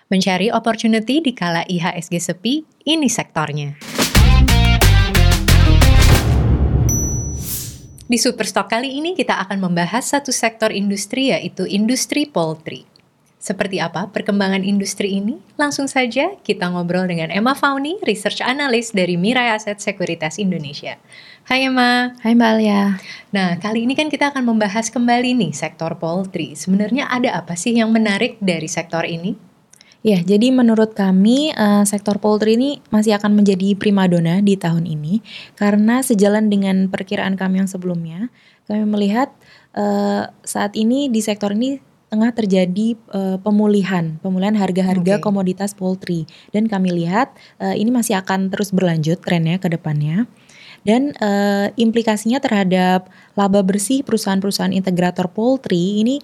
Mencari opportunity di kala IHSG sepi, ini sektornya. Di Superstock kali ini kita akan membahas satu sektor industri, yaitu industri poultry. Seperti apa perkembangan industri ini? Langsung saja kita ngobrol dengan Emma Fauni, Research Analyst dari Mirai Asset Sekuritas Indonesia. Hai Emma. Hai Mbak Alia. Nah, kali ini kan kita akan membahas kembali nih sektor poultry. Sebenarnya ada apa sih yang menarik dari sektor ini? Ya, jadi menurut kami sektor poultry ini masih akan menjadi primadona di tahun ini karena sejalan dengan perkiraan kami yang sebelumnya, kami melihat saat ini di sektor ini tengah terjadi pemulihan harga-harga komoditas poultry dan kami lihat ini masih akan terus berlanjut trennya ke depannya. Dan implikasinya terhadap laba bersih perusahaan-perusahaan integrator poultry ini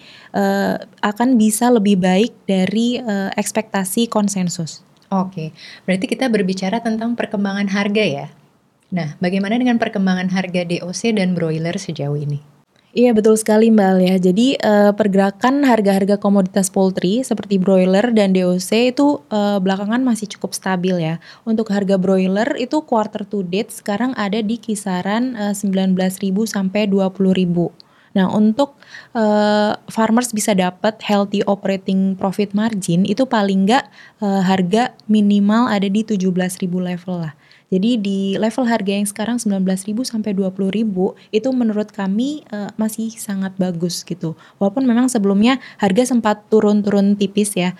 akan bisa lebih baik dari ekspektasi konsensus. Oke, berarti kita berbicara tentang perkembangan harga ya. Nah, bagaimana dengan perkembangan harga DOC dan broiler sejauh ini? Iya betul sekali Mbak Alia. Jadi pergerakan harga-harga komoditas poultry seperti broiler dan DOC itu belakangan masih cukup stabil ya. Untuk harga broiler itu quarter to date sekarang ada di kisaran 19.000 sampai 20.000. Nah untuk farmers bisa dapat healthy operating profit margin itu paling nggak harga minimal ada di 17.000 level lah. Jadi di level harga yang sekarang 19.000 sampai 20.000 itu menurut kami masih sangat bagus gitu. Walaupun memang sebelumnya harga sempat turun-turun tipis ya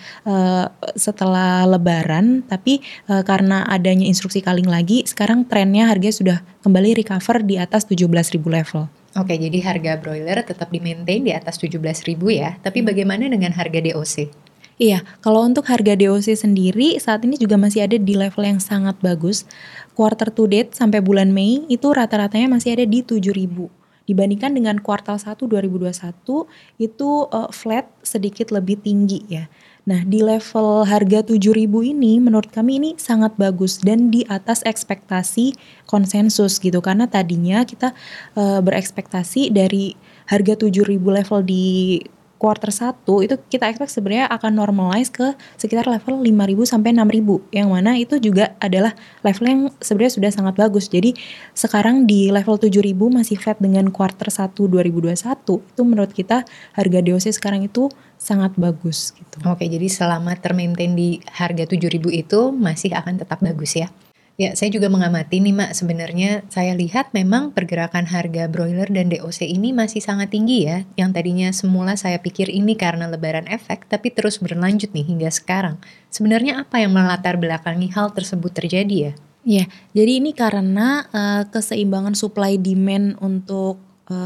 setelah lebaran, tapi karena adanya instruksi culling lagi, sekarang trennya harga sudah kembali recover di atas 17.000 level. Oke, jadi harga broiler tetap di-maintain di atas 17.000 ya. Tapi bagaimana dengan harga DOC? Iya, kalau untuk harga DOC sendiri saat ini juga masih ada di level yang sangat bagus. Quarter to date sampai bulan Mei itu rata-ratanya masih ada di 7.000. Dibandingkan dengan kuartal 1 2021 itu flat sedikit lebih tinggi ya. Nah, di level harga 7.000 ini menurut kami ini sangat bagus dan di atas ekspektasi konsensus gitu. Karena tadinya kita berekspektasi dari harga 7.000 level di quarter 1 itu kita expect sebenarnya akan normalize ke sekitar level 5.000 sampai 6.000 yang mana itu juga adalah level yang sebenarnya sudah sangat bagus. Jadi sekarang di level 7.000 masih flat dengan quarter 1 2021 itu menurut kita harga DOC sekarang itu sangat bagus gitu. Oke, jadi selama termaintain di harga 7.000 itu masih akan tetap bagus ya. Ya, saya juga mengamati nih Mak, sebenarnya saya lihat memang pergerakan harga broiler dan DOC ini masih sangat tinggi ya. Yang tadinya semula saya pikir ini karena lebaran efek, tapi terus berlanjut nih hingga sekarang. Sebenarnya apa yang melatar belakangi hal tersebut terjadi ya? Iya, jadi ini karena keseimbangan supply demand untuk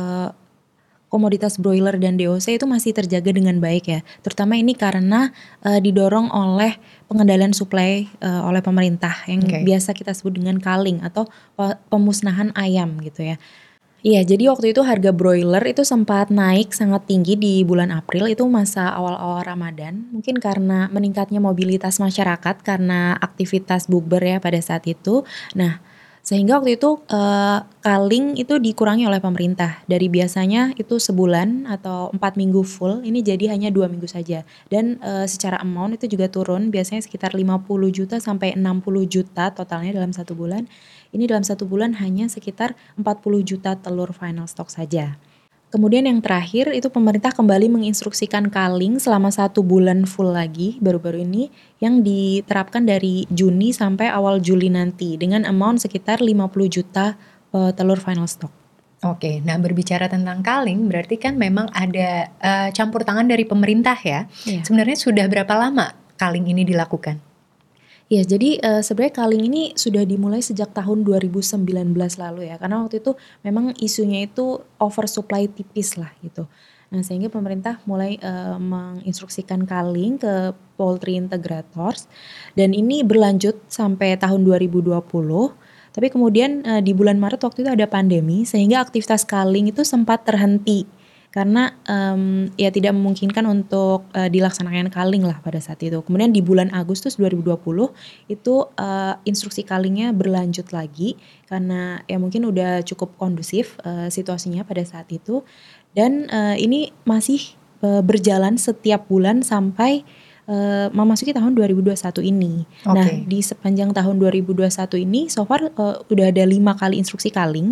komoditas broiler dan DOC itu masih terjaga dengan baik ya. Terutama ini karena didorong oleh pengendalian suplai oleh pemerintah yang biasa kita sebut dengan culling atau pemusnahan ayam gitu ya. Iya, jadi waktu itu harga broiler itu sempat naik sangat tinggi di bulan April, itu masa awal-awal Ramadan. Mungkin karena meningkatnya mobilitas masyarakat karena aktivitas bukber ya pada saat itu. Nah, sehingga waktu itu culling itu dikurangi oleh pemerintah. Dari biasanya itu sebulan atau 4 minggu full, ini jadi hanya 2 minggu saja. Dan secara amount itu juga turun, biasanya sekitar 50 juta sampai 60 juta totalnya dalam satu bulan. Ini dalam satu bulan hanya sekitar 40 juta telur final stock saja. Kemudian yang terakhir itu pemerintah kembali menginstruksikan culling selama 1 bulan full lagi baru-baru ini yang diterapkan dari Juni sampai awal Juli nanti dengan amount sekitar 50 juta telur final stock. Oke, nah berbicara tentang culling berarti kan memang ada campur tangan dari pemerintah ya. Iya. Sebenarnya sudah berapa lama culling ini dilakukan? Ya, jadi sebenarnya culling ini sudah dimulai sejak tahun 2019 lalu ya. Karena waktu itu memang isunya itu oversupply tipis lah gitu. Nah, sehingga pemerintah mulai menginstruksikan culling ke poultry integrators dan ini berlanjut sampai tahun 2020. Tapi kemudian di bulan Maret waktu itu ada pandemi sehingga aktivitas culling itu sempat terhenti. Karena ya tidak memungkinkan untuk dilaksanakan culling lah pada saat itu. Kemudian di bulan Agustus 2020 itu instruksi cullingnya berlanjut lagi karena ya mungkin udah cukup kondusif situasinya pada saat itu. Dan ini masih berjalan setiap bulan sampai memasuki tahun 2021 ini. Nah, Oke. di sepanjang tahun 2021 ini so far udah ada 5 kali instruksi culling.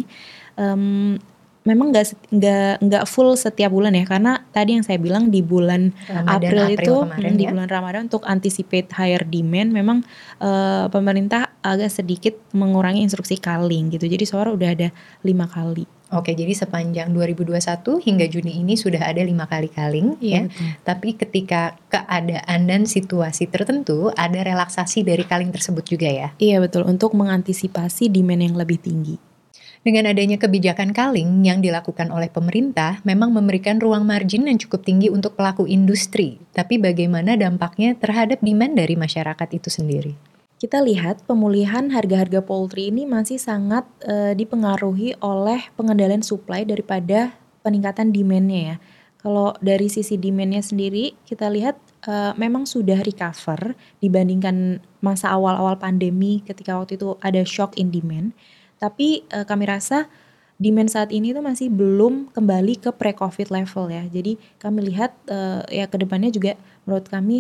Memang nggak full setiap bulan ya, karena tadi yang saya bilang di bulan Ramadan, April April itu kemarin di ya. bulan Ramadan untuk anticipate higher demand memang pemerintah agak sedikit mengurangi instruksi culling gitu. Jadi so far udah ada 5 kali. Oke, jadi sepanjang 2021 hingga Juni ini sudah ada 5 kali culling ya. Iya betul. Tapi ketika keadaan dan situasi tertentu ada relaksasi dari culling tersebut juga ya. Iya betul, untuk mengantisipasi demand yang lebih tinggi. Dengan adanya kebijakan culling yang dilakukan oleh pemerintah memang memberikan ruang margin yang cukup tinggi untuk pelaku industri. Tapi bagaimana dampaknya terhadap demand dari masyarakat itu sendiri? Kita lihat pemulihan harga-harga poultry ini masih sangat dipengaruhi oleh pengendalian supply daripada peningkatan demand-nya ya. Kalau dari sisi demand-nya sendiri kita lihat memang sudah recover dibandingkan masa awal-awal pandemi ketika waktu itu ada shock in demand. Tapi kami rasa demand saat ini tuh masih belum kembali ke pre-COVID level ya. Jadi kami lihat ya ke depannya juga menurut kami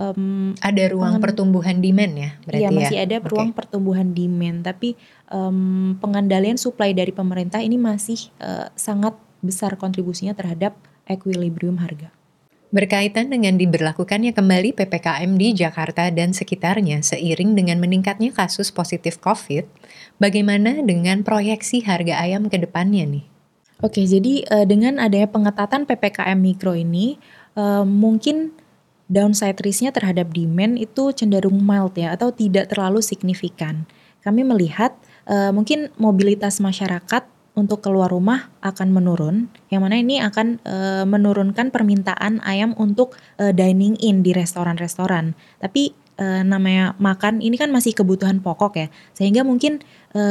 Ada ruang pertumbuhan demand ya iya berarti ya? masih ada Oke. ruang pertumbuhan demand, tapi pengendalian supply dari pemerintah ini masih sangat besar kontribusinya terhadap equilibrium harga. Berkaitan dengan diberlakukannya kembali PPKM di Jakarta dan sekitarnya seiring dengan meningkatnya kasus positif COVID, bagaimana dengan proyeksi harga ayam ke depannya nih? Oke, jadi dengan adanya pengetatan PPKM Mikro ini mungkin downside risk-nya terhadap demand itu cenderung mild ya atau tidak terlalu signifikan. Kami melihat mungkin mobilitas masyarakat untuk keluar rumah akan menurun, yang mana ini akan menurunkan permintaan ayam untuk dining in di restoran-restoran. Tapi namanya makan ini kan masih kebutuhan pokok ya, sehingga mungkin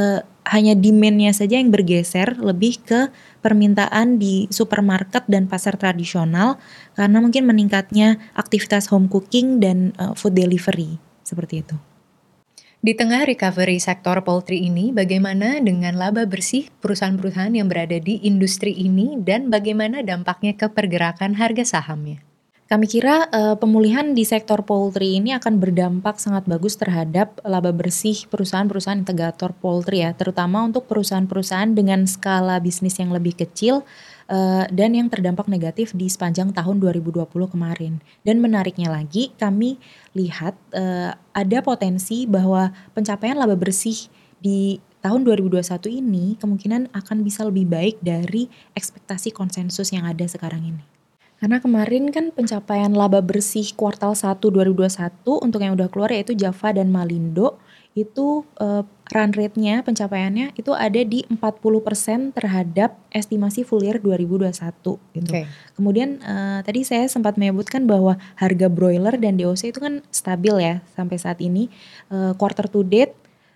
hanya demand-nya saja yang bergeser lebih ke permintaan di supermarket dan pasar tradisional karena mungkin meningkatnya aktivitas home cooking dan food delivery seperti itu. Di tengah recovery sektor poultry ini, bagaimana dengan laba bersih perusahaan-perusahaan yang berada di industri ini dan bagaimana dampaknya ke pergerakan harga sahamnya? Kami kira pemulihan di sektor poultry ini akan berdampak sangat bagus terhadap laba bersih perusahaan-perusahaan integrator poultry ya, terutama untuk perusahaan-perusahaan dengan skala bisnis yang lebih kecil dan yang terdampak negatif di sepanjang tahun 2020 kemarin. Dan menariknya lagi, kami lihat ada potensi bahwa pencapaian laba bersih di tahun 2021 ini kemungkinan akan bisa lebih baik dari ekspektasi konsensus yang ada sekarang ini. Karena kemarin kan pencapaian laba bersih kuartal 1 2021 untuk yang udah keluar yaitu Java dan Malindo itu run rate-nya pencapaiannya itu ada di 40% terhadap estimasi full year 2021 gitu. Oke. Kemudian tadi saya sempat menyebutkan bahwa harga broiler dan DOC itu kan stabil ya sampai saat ini. Quarter to date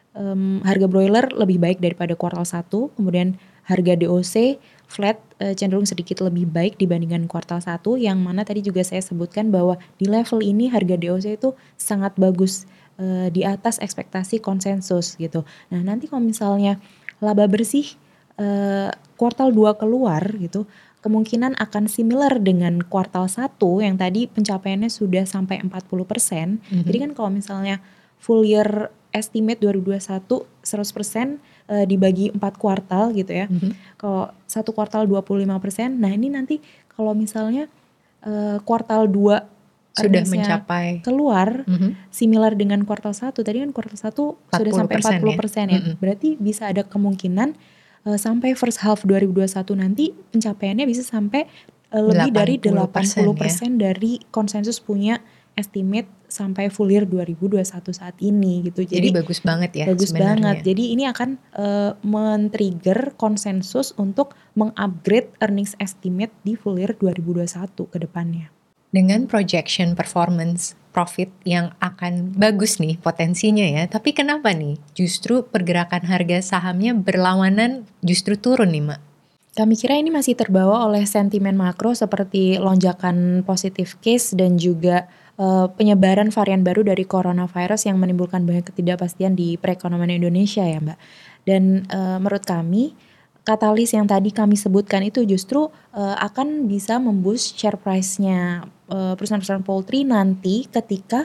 harga broiler lebih baik daripada kuartal 1, kemudian harga DOC flat cenderung sedikit lebih baik dibandingkan kuartal 1 yang mana tadi juga saya sebutkan bahwa di level ini harga DOC itu sangat bagus di atas ekspektasi konsensus gitu. Nah, nanti kalau misalnya laba bersih kuartal 2 keluar gitu, kemungkinan akan similar dengan kuartal 1 yang tadi pencapaiannya sudah sampai 40%. Jadi kan kalau misalnya full year estimate 2021 100% dibagi 4 kuartal gitu ya. Kalau satu kuartal 25%, nah ini nanti kalau misalnya kuartal 2 Sudah earnings-nya mencapai keluar similar dengan kuartal 1, tadi kan kuartal 1 sudah sampai 40% ya. Berarti bisa ada kemungkinan sampai first half 2021 nanti pencapaiannya bisa sampai lebih dari 80% dari konsensus punya estimate sampai full year 2021 saat ini gitu. Jadi bagus banget ya bagus sebenarnya. banget. Jadi ini akan men-trigger konsensus untuk meng-upgrade earnings estimate di full year 2021 ke depannya. Dengan projection performance profit yang akan bagus nih potensinya ya, tapi kenapa nih justru pergerakan harga sahamnya berlawanan justru turun nih Mak? Kami kira ini masih terbawa oleh sentimen makro seperti lonjakan positif case dan juga penyebaran varian baru dari coronavirus yang menimbulkan banyak ketidakpastian di perekonomian Indonesia ya Mbak. Dan menurut kami katalis yang tadi kami sebutkan itu justru akan bisa memboost share price-nya perusahaan-perusahaan poultry nanti ketika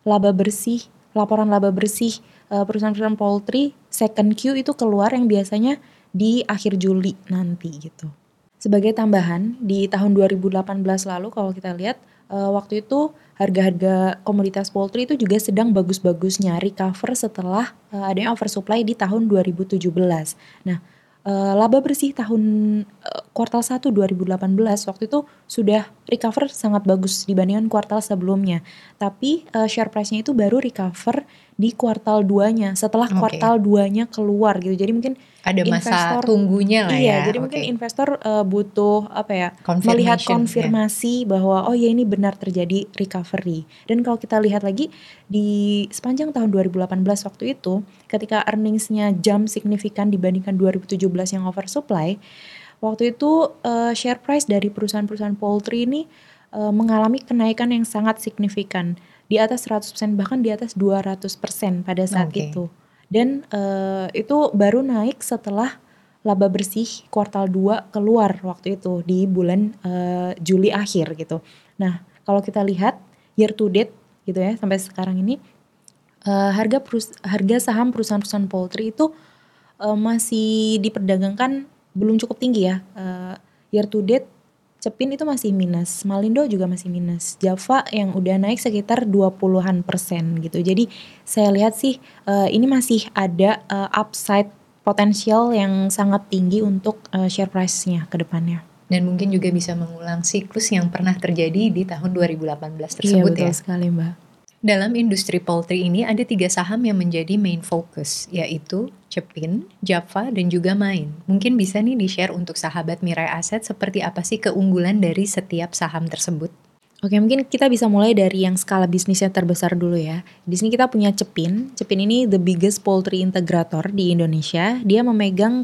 laporan laba bersih perusahaan-perusahaan poultry second Q itu keluar yang biasanya di akhir Juli nanti gitu. Sebagai tambahan, di tahun 2018 lalu kalau kita lihat waktu itu harga-harga komoditas poultry itu juga sedang bagus-bagusnya recover setelah adanya oversupply di tahun 2017. Nah, laba bersih tahun kuartal 1 2018 waktu itu sudah recover sangat bagus dibandingkan kuartal sebelumnya. Tapi share price-nya itu baru recover di kuartal 2-nya setelah Oke. kuartal 2-nya keluar gitu. Jadi mungkin Ada masa investor tunggunya lah ya. jadi mungkin Oke. investor butuh melihat Confirmation, ya. konfirmasi bahwa oh ya ini benar terjadi recovery. Dan kalau kita lihat lagi di sepanjang tahun 2018 waktu itu ketika earnings-nya jump signifikan dibandingkan 2017 yang oversupply, waktu itu share price dari perusahaan-perusahaan poultry ini mengalami kenaikan yang sangat signifikan di atas 100% bahkan di atas 200% pada saat Oke. itu. Dan itu baru naik setelah laba bersih kuartal 2 keluar waktu itu di bulan Juli akhir gitu. Nah, kalau kita lihat year to date gitu ya sampai sekarang ini harga saham perusahaan-perusahaan poultry itu masih diperdagangkan belum cukup tinggi ya. Year to date Cepin itu masih minus, Malindo juga masih minus, Java yang udah naik sekitar 20-an% gitu. Jadi saya lihat sih ini masih ada upside potensial yang sangat tinggi untuk share price-nya ke depannya. Dan mungkin juga bisa mengulang siklus yang pernah terjadi di tahun 2018 Iya tersebut betul ya. sekali Mbak. Dalam industri poultry ini ada 3 saham yang menjadi main focus, yaitu Cepin, Java, dan juga Main. Mungkin bisa nih di-share untuk sahabat Mirai Aset seperti apa sih keunggulan dari setiap saham tersebut? Oke, mungkin kita bisa mulai dari yang skala bisnisnya terbesar dulu ya. Di sini kita punya Cepin. Cepin ini the biggest poultry integrator di Indonesia. Dia memegang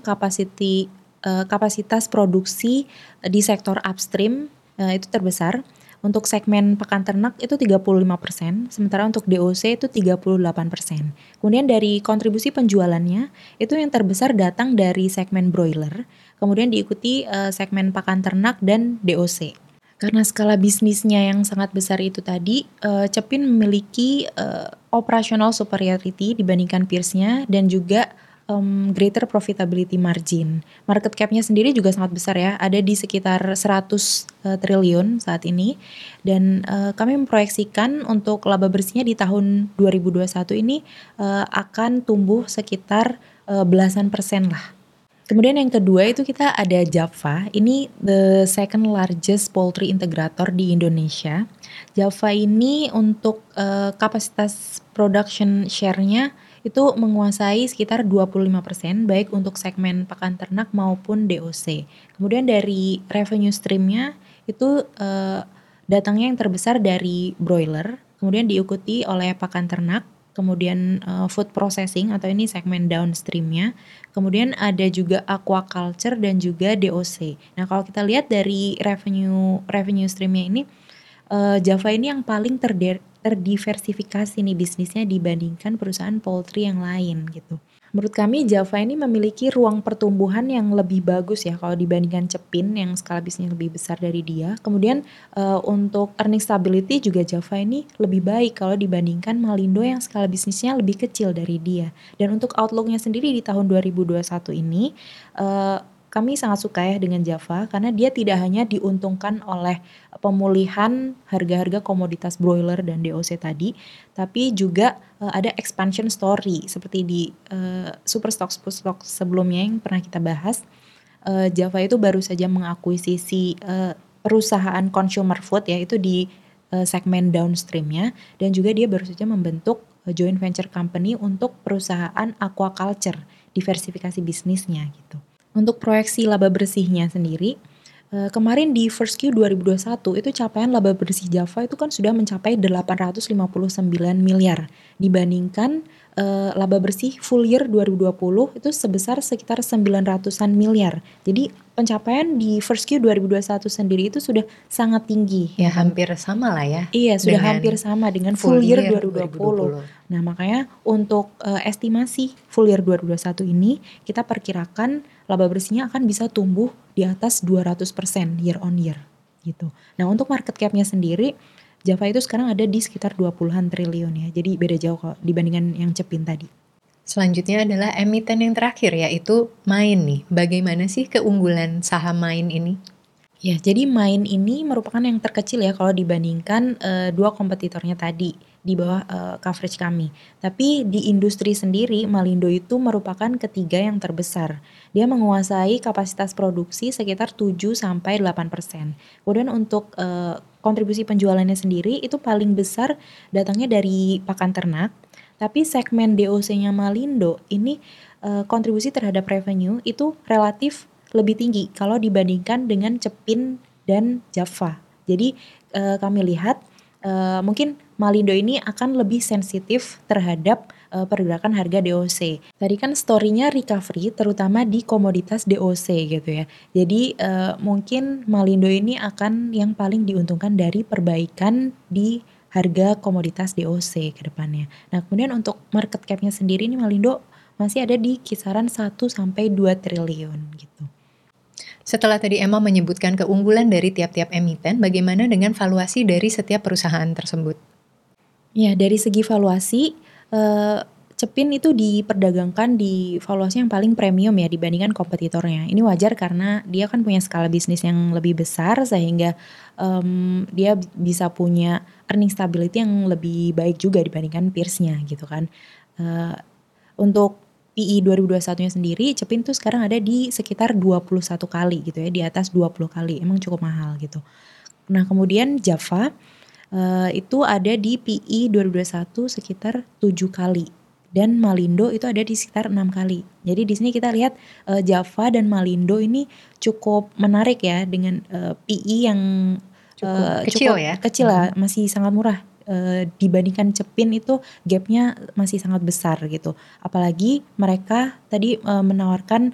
kapasitas produksi di sektor upstream itu terbesar. Untuk segmen pakan ternak itu 35%, sementara untuk DOC itu 38%. Kemudian dari kontribusi penjualannya, itu yang terbesar datang dari segmen broiler, kemudian diikuti segmen pakan ternak dan DOC. Karena skala bisnisnya yang sangat besar itu tadi, Cepin memiliki operational superiority dibandingkan peers-nya dan juga greater profitability margin. Market cap-nya sendiri juga sangat besar ya, ada di sekitar 100 triliun saat ini. Dan kami memproyeksikan untuk laba bersihnya di tahun 2021 ini akan tumbuh sekitar belasan persen lah. Kemudian yang kedua itu kita ada Java, ini the second largest poultry integrator di Indonesia. Java ini untuk kapasitas production share-nya itu menguasai sekitar 25% baik untuk segmen pakan ternak maupun DOC. Kemudian dari revenue stream-nya itu datangnya yang terbesar dari broiler, kemudian diikuti oleh pakan ternak, kemudian food processing atau ini segmen downstream-nya, kemudian ada juga aquaculture dan juga DOC. Nah kalau kita lihat dari revenue stream-nya ini, Java ini yang paling terdiversifikasi nih bisnisnya dibandingkan perusahaan poultry yang lain gitu. Menurut kami Java ini memiliki ruang pertumbuhan yang lebih bagus ya kalau dibandingkan Cepin yang skala bisnisnya lebih besar dari dia. Kemudian untuk earning stability juga Java ini lebih baik kalau dibandingkan Malindo yang skala bisnisnya lebih kecil dari dia. Dan untuk outlooknya sendiri di tahun 2021 ini kami sangat suka ya dengan Java karena dia tidak hanya diuntungkan oleh pemulihan harga-harga komoditas broiler dan DOC tadi, tapi juga ada expansion story seperti di Superstock sebelumnya yang pernah kita bahas. Java itu baru saja mengakuisisi perusahaan consumer food yaitu di segmen downstreamnya, dan juga dia baru saja membentuk joint venture company untuk perusahaan aquaculture, diversifikasi bisnisnya gitu. Untuk proyeksi laba bersihnya sendiri, kemarin di first Q 2021 itu capaian laba bersih Java itu kan sudah mencapai 859 miliar dibandingkan laba bersih full year 2020 itu sebesar sekitar 900-an miliar. Jadi pencapaian di first Q 2021 sendiri itu sudah sangat tinggi. Ya hampir sama lah ya. Iya, sudah hampir sama dengan full year 2020. Nah, makanya untuk estimasi full year 2021 ini kita perkirakan laba bersihnya akan bisa tumbuh di atas 200% year on year gitu. Nah untuk market cap-nya sendiri, Java itu sekarang ada di sekitar 20-an triliun ya. Jadi beda jauh kalau dibandingkan yang Cepin tadi. Selanjutnya adalah emiten yang terakhir, yaitu Main nih. Bagaimana sih keunggulan saham Main ini? Ya, jadi Main ini merupakan yang terkecil ya kalau dibandingkan dua kompetitornya tadi di bawah coverage kami. Tapi di industri sendiri, Malindo itu merupakan ketiga yang terbesar. Dia menguasai kapasitas produksi sekitar 7-8%. Kemudian untuk kontribusi penjualannya sendiri itu paling besar datangnya dari pakan ternak. Tapi segmen DOC-nya Malindo ini kontribusi terhadap revenue itu relatif lebih tinggi kalau dibandingkan dengan Cepin dan Java. Jadi kami lihat mungkin Malindo ini akan lebih sensitif terhadap pergerakan harga DOC. Tadi kan story-nya recovery terutama di komoditas DOC gitu ya. Jadi mungkin Malindo ini akan yang paling diuntungkan dari perbaikan di harga komoditas DOC ke depannya. Nah kemudian untuk market cap-nya sendiri nih Malindo masih ada di kisaran 1-2 triliun gitu. Setelah tadi Emma menyebutkan keunggulan dari tiap-tiap emiten, bagaimana dengan valuasi dari setiap perusahaan tersebut? Ya, dari segi valuasi, Cepin itu diperdagangkan di valuasi yang paling premium ya dibandingkan kompetitornya. Ini wajar karena dia kan punya skala bisnis yang lebih besar sehingga dia bisa punya earning stability yang lebih baik juga dibandingkan peers-nya gitu kan. Untuk PE 2021-nya sendiri, Cepin tuh sekarang ada di sekitar 21 kali gitu ya, di atas 20 kali. Emang cukup mahal gitu. Nah, kemudian Java itu ada di PE 2021 sekitar 7 kali. Dan Malindo itu ada di sekitar 6 kali. Jadi di sini kita lihat Java dan Malindo ini cukup menarik ya dengan PE yang Kecil ya? kecil lah, masih sangat murah. Dibandingkan Cepin itu gapnya masih sangat besar gitu. Apalagi mereka tadi menawarkan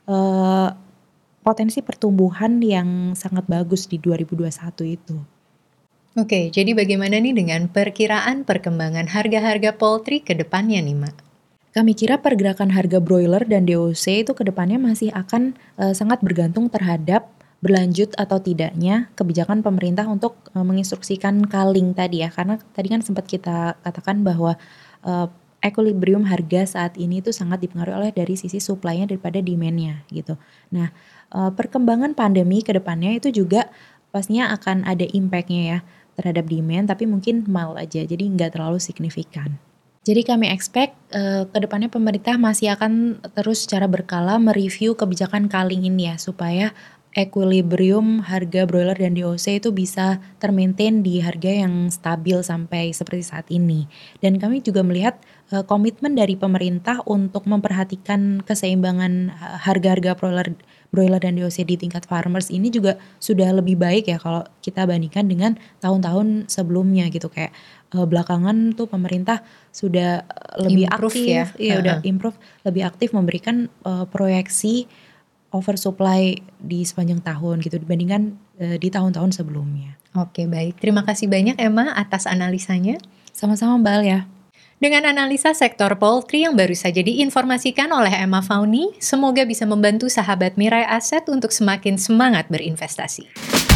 potensi pertumbuhan yang sangat bagus di 2021 itu. Oke, jadi bagaimana nih dengan perkiraan perkembangan harga-harga poultry ke depannya nih, Mak? Kami kira pergerakan harga broiler dan DOC itu ke depannya masih akan sangat bergantung terhadap berlanjut atau tidaknya kebijakan pemerintah untuk menginstruksikan culling tadi ya. Karena tadi kan sempat kita katakan bahwa equilibrium harga saat ini itu sangat dipengaruhi oleh dari sisi supply-nya daripada demand-nya gitu. Nah, perkembangan pandemi ke depannya itu juga pastinya akan ada impact-nya ya terhadap demand, tapi mungkin mild aja, jadi nggak terlalu signifikan. Jadi kami expect ke depannya pemerintah masih akan terus secara berkala mereview kebijakan culling ini ya, supaya equilibrium harga broiler dan DOC itu bisa termaintain di harga yang stabil sampai seperti saat ini. Dan kami juga melihat komitmen dari pemerintah untuk memperhatikan keseimbangan harga-harga broiler dan DOC di tingkat farmers ini juga sudah lebih baik ya kalau kita bandingkan dengan tahun-tahun sebelumnya gitu. Kayak belakangan tuh pemerintah sudah lebih Improve aktif ya? udah improve, lebih aktif memberikan proyeksi oversupply di sepanjang tahun gitu dibandingkan di tahun-tahun sebelumnya. Oke, baik. Terima kasih banyak Emma atas analisanya. Sama-sama Mbak Alia. Dengan analisa sektor poultry yang baru saja diinformasikan oleh Emma Fauni, semoga bisa membantu sahabat Mirai Aset untuk semakin semangat berinvestasi.